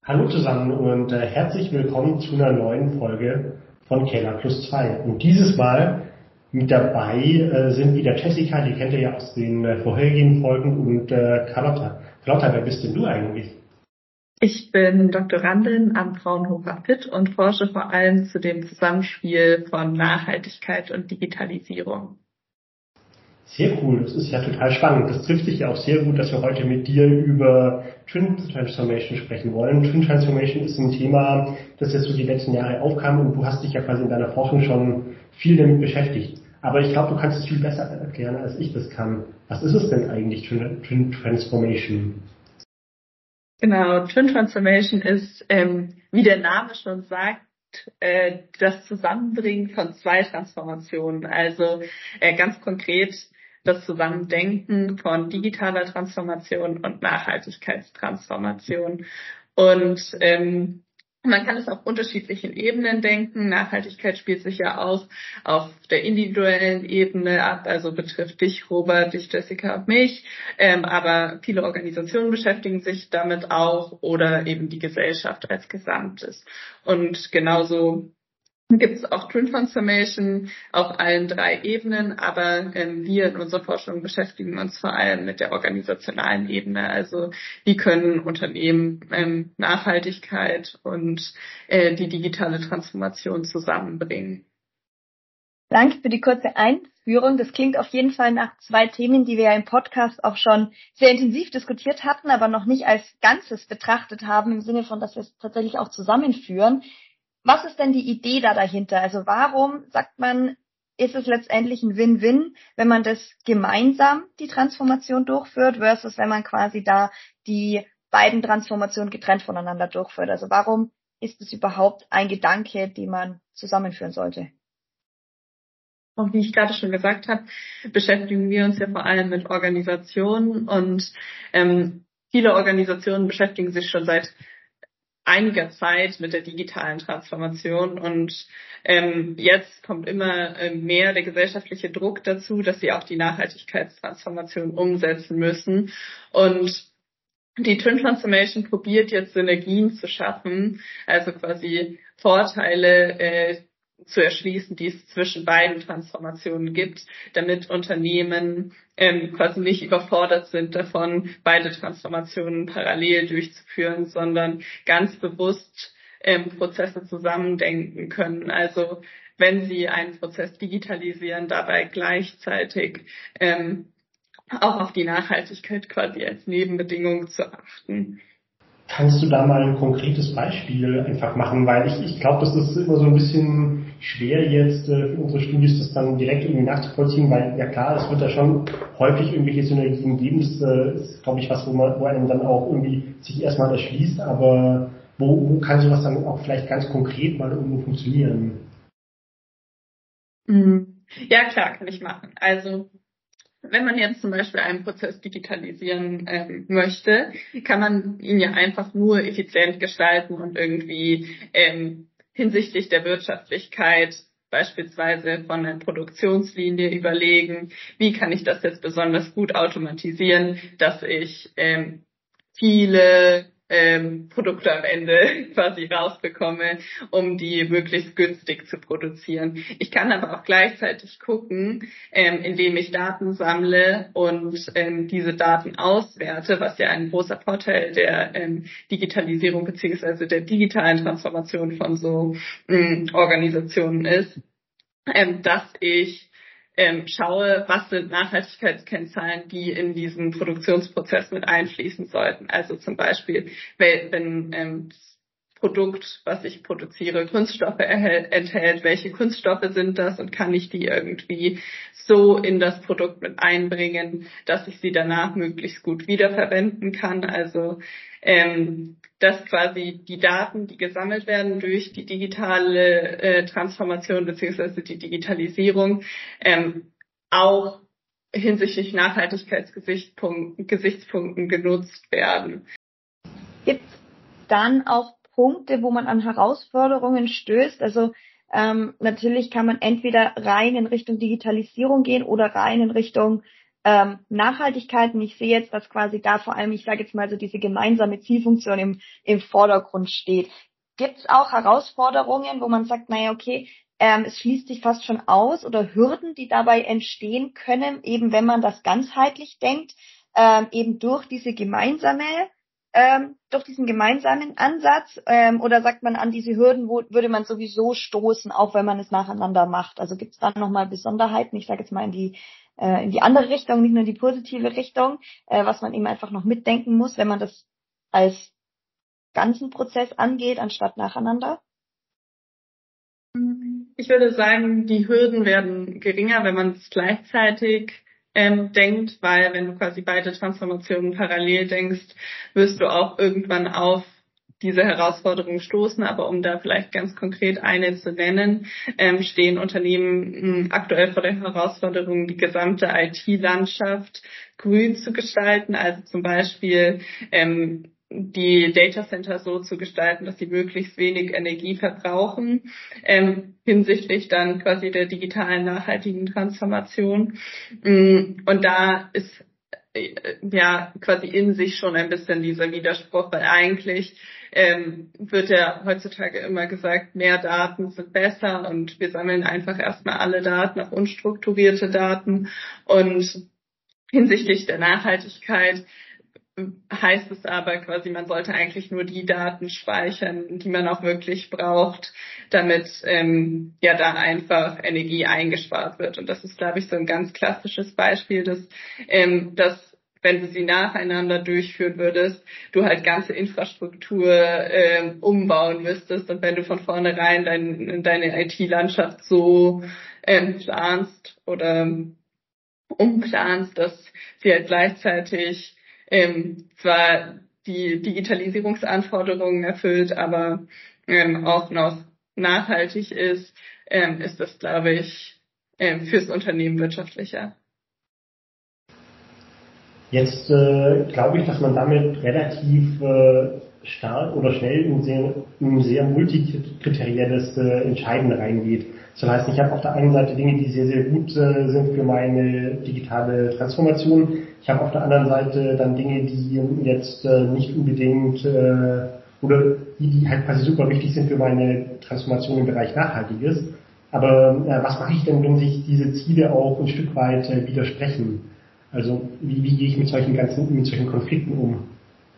Hallo zusammen und herzlich willkommen zu einer neuen Folge von Keller plus 2. Und dieses Mal mit dabei sind wieder Jessica, die kennt ihr ja aus den vorherigen Folgen, und Carlotta. Carlotta, wer bist denn du eigentlich? Ich bin Doktorandin am Fraunhofer FIT und forsche vor allem zu dem Zusammenspiel von Nachhaltigkeit und Digitalisierung. Sehr cool, das ist ja total spannend. Das trifft sich ja auch sehr gut, dass wir heute mit dir über Twin Transformation sprechen wollen. Twin Transformation ist ein Thema, das jetzt so die letzten Jahre aufkam, und du hast dich ja quasi in deiner Forschung schon viel damit beschäftigt. Aber ich glaube, du kannst es viel besser erklären, als ich das kann. Was ist es denn eigentlich, Twin Transformation? Genau, Twin Transformation ist, wie der Name schon sagt, das Zusammenbringen von zwei Transformationen. Also ganz konkret das Zusammendenken von digitaler Transformation und Nachhaltigkeitstransformation. Und man kann es auf unterschiedlichen Ebenen denken. Nachhaltigkeit spielt sich ja auch auf der individuellen Ebene ab, also betrifft dich, Robert, dich, Jessica und mich. Aber viele Organisationen beschäftigen sich damit auch, oder eben die Gesellschaft als Gesamtes. Und genauso gibt es auch Twin Transformation auf allen drei Ebenen, aber wir in unserer Forschung beschäftigen uns vor allem mit der organisationalen Ebene. Also wie können Unternehmen Nachhaltigkeit und die digitale Transformation zusammenbringen. Danke für die kurze Einführung. Das klingt auf jeden Fall nach zwei Themen, die wir ja im Podcast auch schon sehr intensiv diskutiert hatten, aber noch nicht als Ganzes betrachtet haben, im Sinne von, dass wir es tatsächlich auch zusammenführen. Was ist denn die Idee da dahinter? Also warum, sagt man, ist es letztendlich ein Win-Win, wenn man das gemeinsam die Transformation durchführt, versus wenn man quasi da die beiden Transformationen getrennt voneinander durchführt? Also warum ist es überhaupt ein Gedanke, den man zusammenführen sollte? Und wie ich gerade schon gesagt habe, beschäftigen wir uns ja vor allem mit Organisationen, und viele Organisationen beschäftigen sich schon seit einiger Zeit mit der digitalen Transformation, und jetzt kommt immer mehr der gesellschaftliche Druck dazu, dass sie auch die Nachhaltigkeitstransformation umsetzen müssen. Und die Twin Transformation probiert jetzt Synergien zu schaffen, also quasi Vorteile zu erschließen, die es zwischen beiden Transformationen gibt, damit Unternehmen quasi nicht überfordert sind davon, beide Transformationen parallel durchzuführen, sondern ganz bewusst Prozesse zusammendenken können. Also wenn sie einen Prozess digitalisieren, dabei gleichzeitig auch auf die Nachhaltigkeit quasi als Nebenbedingung zu achten. Kannst du da mal ein konkretes Beispiel einfach machen? Weil ich glaube, das ist immer so ein bisschen schwer jetzt für unsere Studis, das dann direkt irgendwie nachzuvollziehen, weil ja klar, es wird da schon häufig irgendwelche Synergien geben. Das ist, glaube ich, was, wo einem dann auch irgendwie sich erstmal erschließt, aber wo kann sowas dann auch vielleicht ganz konkret mal irgendwo funktionieren? Ja, klar, kann ich machen. Also wenn man jetzt zum Beispiel einen Prozess digitalisieren möchte, kann man ihn ja einfach nur effizient gestalten und irgendwie hinsichtlich der Wirtschaftlichkeit beispielsweise von der Produktionslinie überlegen, wie kann ich das jetzt besonders gut automatisieren, dass ich viele Produkte am Ende quasi rausbekomme, um die möglichst günstig zu produzieren. Ich kann aber auch gleichzeitig gucken, indem ich Daten sammle und diese Daten auswerte, was ja ein großer Vorteil der Digitalisierung beziehungsweise der digitalen Transformation von so Organisationen ist, dass ich schaue, was sind Nachhaltigkeitskennzahlen, die in diesen Produktionsprozess mit einfließen sollten. Also zum Beispiel, wenn das Produkt, was ich produziere, Kunststoffe enthält, welche Kunststoffe sind das, und kann ich die irgendwie so in das Produkt mit einbringen, dass ich sie danach möglichst gut wiederverwenden kann. Also dass quasi die Daten, die gesammelt werden durch die digitale Transformation beziehungsweise die Digitalisierung, auch hinsichtlich Nachhaltigkeitsgesichtspunkten genutzt werden. Gibt es dann auch Punkte, wo man an Herausforderungen stößt? Also natürlich kann man entweder rein in Richtung Digitalisierung gehen oder rein in Richtung Nachhaltigkeit, und ich sehe jetzt, dass quasi da vor allem, ich sage jetzt mal so, diese gemeinsame Zielfunktion im Vordergrund steht. Gibt es auch Herausforderungen, wo man sagt, naja, okay, es schließt sich fast schon aus, oder Hürden, die dabei entstehen können, eben wenn man das ganzheitlich denkt, eben durch diesen gemeinsamen Ansatz, oder sagt man, an diese Hürden würde man sowieso stoßen, auch wenn man es nacheinander macht? Also gibt es da nochmal Besonderheiten, ich sage jetzt mal in die andere Richtung, nicht nur die positive Richtung, was man eben einfach noch mitdenken muss, wenn man das als ganzen Prozess angeht, anstatt nacheinander? Ich würde sagen, die Hürden werden geringer, wenn man es gleichzeitig denkt, weil wenn du quasi beide Transformationen parallel denkst, wirst du auch irgendwann auf diese Herausforderungen stoßen. Aber um da vielleicht ganz konkret eine zu nennen, stehen Unternehmen aktuell vor der Herausforderung, die gesamte IT-Landschaft grün zu gestalten, also zum Beispiel die Datacenter so zu gestalten, dass sie möglichst wenig Energie verbrauchen, hinsichtlich dann quasi der digitalen nachhaltigen Transformation. Und da ist ja quasi in sich schon ein bisschen dieser Widerspruch, weil eigentlich wird ja heutzutage immer gesagt, mehr Daten sind besser und wir sammeln einfach erstmal alle Daten, auch unstrukturierte Daten. Und hinsichtlich der Nachhaltigkeit heißt es aber quasi, man sollte eigentlich nur die Daten speichern, die man auch wirklich braucht, damit da einfach Energie eingespart wird. Und das ist, glaube ich, so ein ganz klassisches Beispiel, dass wenn du sie nacheinander durchführen würdest, du halt ganze Infrastruktur umbauen müsstest. Und wenn du von vornherein deine IT-Landschaft so planst oder umplanst, dass sie halt gleichzeitig zwar die Digitalisierungsanforderungen erfüllt, aber auch noch nachhaltig ist das, glaube ich, fürs Unternehmen wirtschaftlicher. Jetzt glaube ich, dass man damit relativ stark oder schnell in sehr multikriterielles Entscheiden reingeht. Das heißt, ich habe auf der einen Seite Dinge, die sehr, sehr gut sind für meine digitale Transformation. Ich habe auf der anderen Seite dann Dinge, die jetzt nicht unbedingt oder die halt quasi super wichtig sind für meine Transformation im Bereich Nachhaltiges. Aber was mache ich denn, wenn sich diese Ziele auch ein Stück weit widersprechen? Also wie gehe ich mit solchen Konflikten um?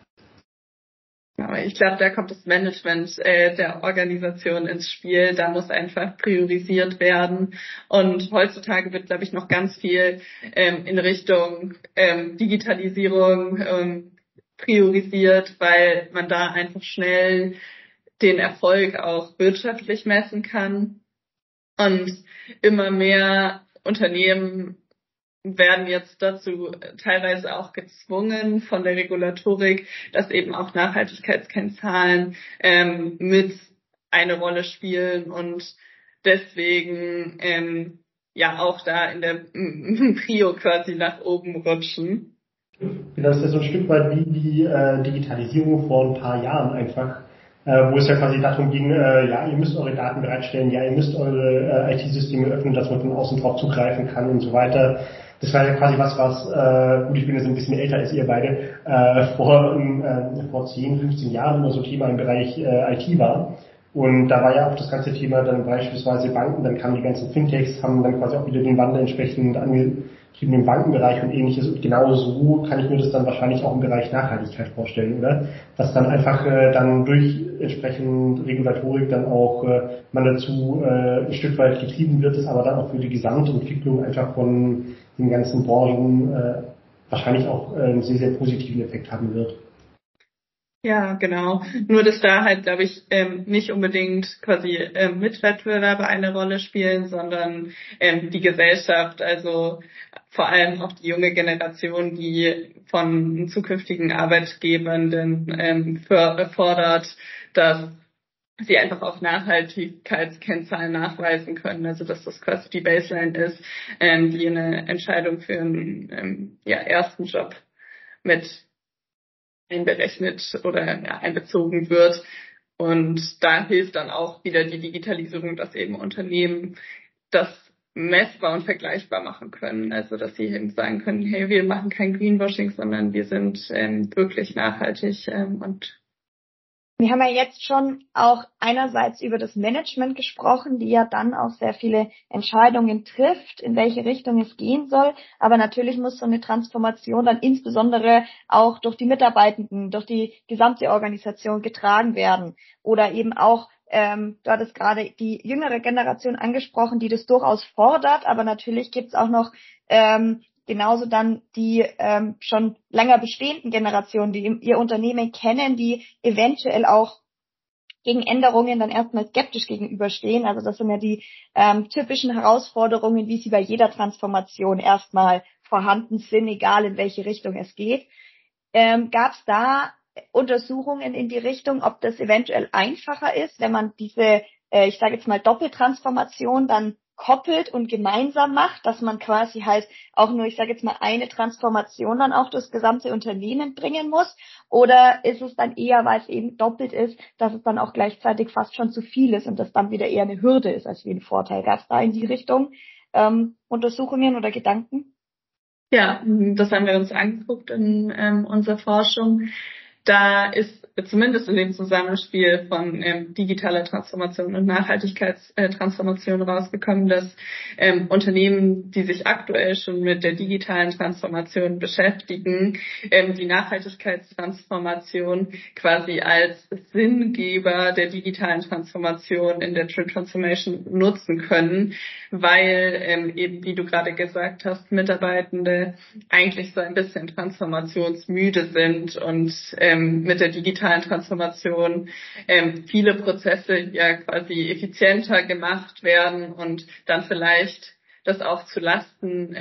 Ich glaube, da kommt das Management der Organisation ins Spiel. Da muss einfach priorisiert werden. Und heutzutage wird, glaube ich, noch ganz viel in Richtung Digitalisierung priorisiert, weil man da einfach schnell den Erfolg auch wirtschaftlich messen kann. Und immer mehr Unternehmen werden jetzt dazu teilweise auch gezwungen von der Regulatorik, dass eben auch Nachhaltigkeitskennzahlen mit eine Rolle spielen und deswegen auch da in der Prio quasi nach oben rutschen. Das ist ja so ein Stück weit wie die Digitalisierung vor ein paar Jahren einfach, wo es ja quasi darum ging, ihr müsst eure Daten bereitstellen, ihr müsst eure IT-Systeme öffnen, dass man von außen drauf zugreifen kann und so weiter. Das war ja quasi was, gut, ich bin jetzt ein bisschen älter als ihr beide, vor 10, 15 Jahren immer so Thema im Bereich IT war. Und da war ja auch das ganze Thema dann beispielsweise Banken, dann kamen die ganzen Fintechs, haben dann quasi auch wieder den Wandel entsprechend angetrieben im Bankenbereich und ähnliches. Und genau so kann ich mir das dann wahrscheinlich auch im Bereich Nachhaltigkeit vorstellen, oder? Dass dann einfach dann durch entsprechend Regulatorik dann auch man dazu ein Stück weit getrieben wird, es aber dann auch für die Gesamtentwicklung einfach von den ganzen Branchen wahrscheinlich auch einen sehr, sehr positiven Effekt haben wird. Ja, genau. Nur, dass da halt, glaube ich, nicht unbedingt quasi Mitwettbewerber eine Rolle spielen, sondern die Gesellschaft, also vor allem auch die junge Generation, die von zukünftigen Arbeitgebern fordert, dass sie einfach auch Nachhaltigkeitskennzahlen nachweisen können, also dass das quasi die Baseline ist, die eine Entscheidung für einen ersten Job mit einberechnet oder einbezogen wird. Und da hilft dann auch wieder die Digitalisierung, dass eben Unternehmen das messbar und vergleichbar machen können. Also dass sie eben sagen können, hey, wir machen kein Greenwashing, sondern wir sind wirklich nachhaltig und wir haben ja jetzt schon auch einerseits über das Management gesprochen, die ja dann auch sehr viele Entscheidungen trifft, in welche Richtung es gehen soll. Aber natürlich muss so eine Transformation dann insbesondere auch durch die Mitarbeitenden, durch die gesamte Organisation getragen werden. Oder eben auch, du hattest gerade die jüngere Generation angesprochen, die das durchaus fordert. Aber natürlich gibt's auch noch genauso dann die schon länger bestehenden Generationen, die ihr Unternehmen kennen, die eventuell auch gegen Änderungen dann erstmal skeptisch gegenüberstehen. Also das sind ja die typischen Herausforderungen, wie sie bei jeder Transformation erstmal vorhanden sind, egal in welche Richtung es geht. Gab es da Untersuchungen in die Richtung, ob das eventuell einfacher ist, wenn man diese, ich sage jetzt mal Doppeltransformation dann koppelt und gemeinsam macht, dass man quasi halt auch nur, ich sage jetzt mal, eine Transformation dann auch durchs gesamte Unternehmen bringen muss? Oder ist es dann eher, weil es eben doppelt ist, dass es dann auch gleichzeitig fast schon zu viel ist und das dann wieder eher eine Hürde ist als wie ein Vorteil? Gab es da in die Richtung Untersuchungen oder Gedanken? ja, das haben wir uns angeguckt in unserer Forschung. Da ist zumindest in dem Zusammenspiel von digitaler Transformation und Nachhaltigkeitstransformation rausgekommen, dass Unternehmen, die sich aktuell schon mit der digitalen Transformation beschäftigen, die Nachhaltigkeitstransformation quasi als Sinngeber der digitalen Transformation in der True Transformation nutzen können, weil eben, wie du gerade gesagt hast, Mitarbeitende eigentlich so ein bisschen transformationsmüde sind und mit der digitalen Transformation viele Prozesse ja quasi effizienter gemacht werden und dann vielleicht das auch zu Lasten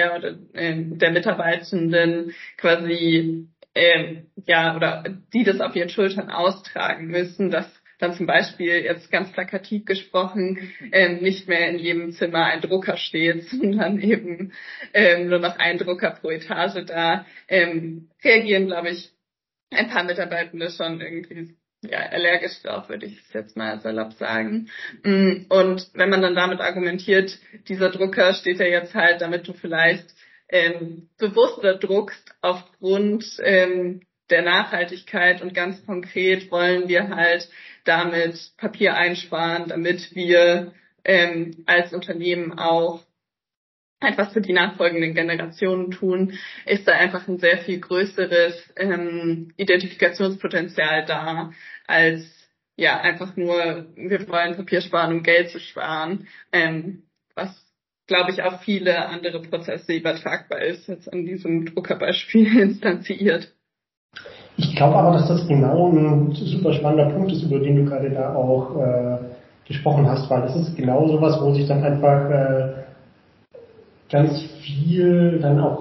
der Mitarbeitenden quasi oder die das auf ihren Schultern austragen müssen, dass dann zum Beispiel jetzt ganz plakativ gesprochen nicht mehr in jedem Zimmer ein Drucker steht, sondern eben nur noch ein Drucker pro Etage da. Reagieren, glaube ich, ein paar Mitarbeitende schon irgendwie allergisch drauf, würde ich es jetzt mal salopp sagen. Und wenn man dann damit argumentiert, dieser Drucker steht ja jetzt halt, damit du vielleicht bewusster druckst aufgrund der Nachhaltigkeit und ganz konkret wollen wir halt damit Papier einsparen, damit wir als Unternehmen auch etwas für die nachfolgenden Generationen tun, ist da einfach ein sehr viel größeres Identifikationspotenzial da, als einfach nur, wir wollen Papier sparen, um Geld zu sparen, was, glaube ich, auf viele andere Prozesse übertragbar ist, jetzt an diesem Druckerbeispiel instanziert. Ich glaube aber, dass das genau ein super spannender Punkt ist, über den du gerade da auch gesprochen hast, weil das ist genau sowas, wo sich dann einfach ganz viel dann auch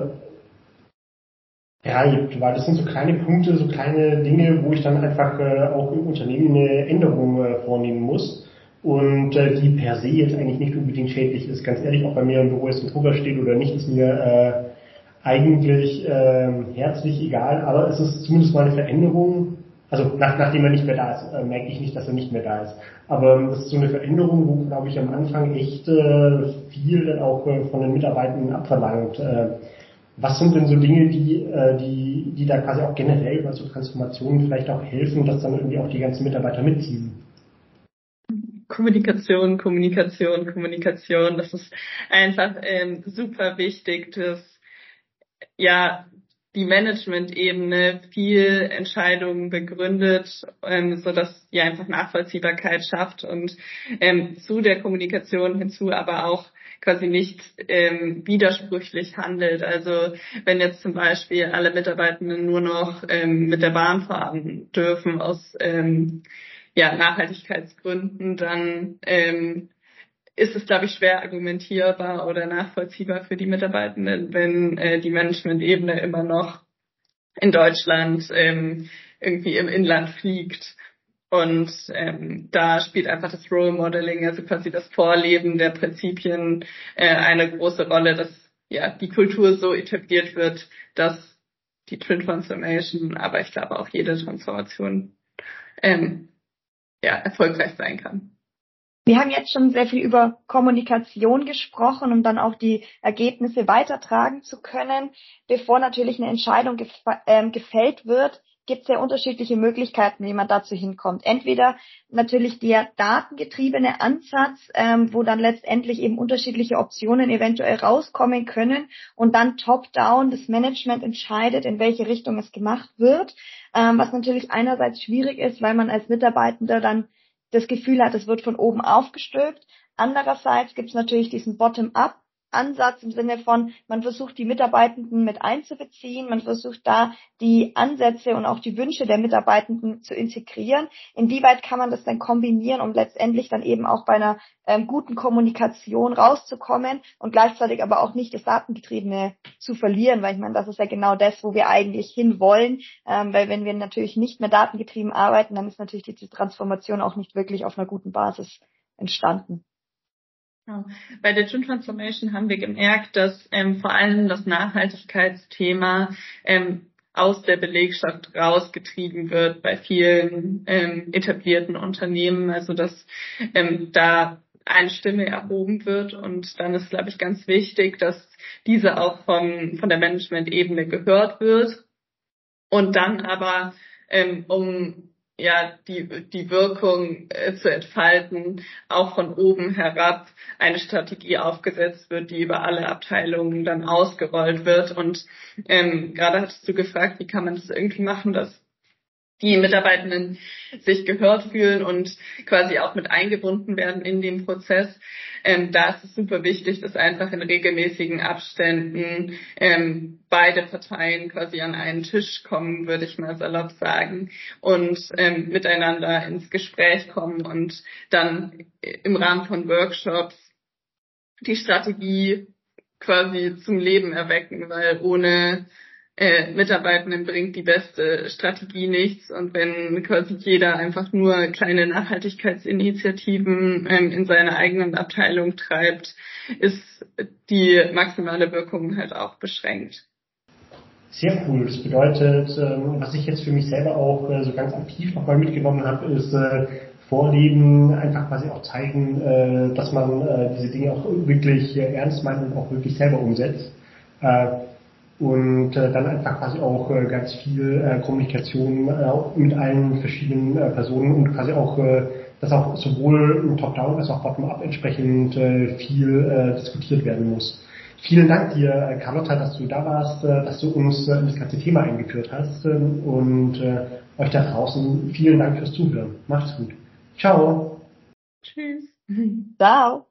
reibt, weil das sind so kleine Punkte, so kleine Dinge, wo ich dann einfach auch im Unternehmen eine Änderung vornehmen muss und die per se jetzt eigentlich nicht unbedingt schädlich ist. Ganz ehrlich, ob bei mir im Büro jetzt ein Drucker steht oder nicht, ist mir eigentlich herzlich egal, aber es ist zumindest mal eine Veränderung. Also nachdem er nicht mehr da ist, merke ich nicht, dass er nicht mehr da ist. Aber es ist so eine Veränderung, wo, glaube ich, am Anfang echt viel dann auch von den Mitarbeitenden abverlangt. Was sind denn so Dinge, die da quasi auch generell bei so Transformationen vielleicht auch helfen, dass dann irgendwie auch die ganzen Mitarbeiter mitziehen? Kommunikation. Das ist einfach super wichtig, dass die Management-Ebene viel Entscheidungen begründet, so dass einfach Nachvollziehbarkeit schafft und zu der Kommunikation hinzu aber auch quasi nicht widersprüchlich handelt. Also wenn jetzt zum Beispiel alle Mitarbeitenden nur noch mit der Bahn fahren dürfen aus Nachhaltigkeitsgründen, dann ist es, glaube ich, schwer argumentierbar oder nachvollziehbar für die Mitarbeitenden, wenn die Management-Ebene immer noch in Deutschland irgendwie im Inland fliegt. Und da spielt einfach das Role Modeling, also quasi das Vorleben der Prinzipien, eine große Rolle, dass die Kultur so etabliert wird, dass die Twin Transformation, aber ich glaube auch jede Transformation erfolgreich sein kann. Wir haben jetzt schon sehr viel über Kommunikation gesprochen, um dann auch die Ergebnisse weitertragen zu können. Bevor natürlich eine Entscheidung gefällt wird, gibt es ja unterschiedliche Möglichkeiten, wie man dazu hinkommt. Entweder natürlich der datengetriebene Ansatz, wo dann letztendlich eben unterschiedliche Optionen eventuell rauskommen können und dann top-down das Management entscheidet, in welche Richtung es gemacht wird, was natürlich einerseits schwierig ist, weil man als Mitarbeitender dann das Gefühl hat, es wird von oben aufgestülpt. Andererseits gibt es natürlich diesen Bottom-up-Ansatz im Sinne von, man versucht die Mitarbeitenden mit einzubeziehen, man versucht da die Ansätze und auch die Wünsche der Mitarbeitenden zu integrieren. Inwieweit kann man das dann kombinieren, um letztendlich dann eben auch bei einer guten Kommunikation rauszukommen und gleichzeitig aber auch nicht das Datengetriebene zu verlieren, weil ich meine, das ist ja genau das, wo wir eigentlich hinwollen, weil wenn wir natürlich nicht mehr datengetrieben arbeiten, dann ist natürlich die Transformation auch nicht wirklich auf einer guten Basis entstanden. Ja. Bei der June Transformation haben wir gemerkt, dass vor allem das Nachhaltigkeitsthema aus der Belegschaft rausgetrieben wird bei vielen etablierten Unternehmen, also dass da eine Stimme erhoben wird und dann ist, glaube ich, ganz wichtig, dass diese auch von der Management-Ebene gehört wird und dann aber um die Wirkung zu entfalten, auch von oben herab eine Strategie aufgesetzt wird, die über alle Abteilungen dann ausgerollt wird. Und gerade hattest du gefragt, wie kann man das irgendwie machen, dass die Mitarbeitenden sich gehört fühlen und quasi auch mit eingebunden werden in den Prozess. Da ist es super wichtig, dass einfach in regelmäßigen Abständen beide Parteien quasi an einen Tisch kommen, würde ich mal salopp sagen, und miteinander ins Gespräch kommen und dann im Rahmen von Workshops die Strategie quasi zum Leben erwecken, weil ohne Mitarbeitenden bringt die beste Strategie nichts und wenn quasi jeder einfach nur kleine Nachhaltigkeitsinitiativen in seiner eigenen Abteilung treibt, ist die maximale Wirkung halt auch beschränkt. Sehr cool. Das bedeutet, was ich jetzt für mich selber auch so ganz aktiv nochmal mitgenommen habe, ist Vorleben, einfach quasi auch zeigen, dass man diese Dinge auch wirklich ernst meint und auch wirklich selber umsetzt. Und dann einfach quasi auch ganz viel Kommunikation mit allen verschiedenen Personen und quasi auch, dass auch sowohl Top-Down als auch Bottom-Up entsprechend viel diskutiert werden muss. Vielen Dank dir, Carlotta, dass du da warst, dass du uns in das ganze Thema eingeführt hast und euch da draußen vielen Dank fürs Zuhören. Macht's gut. Ciao. Tschüss. Ciao.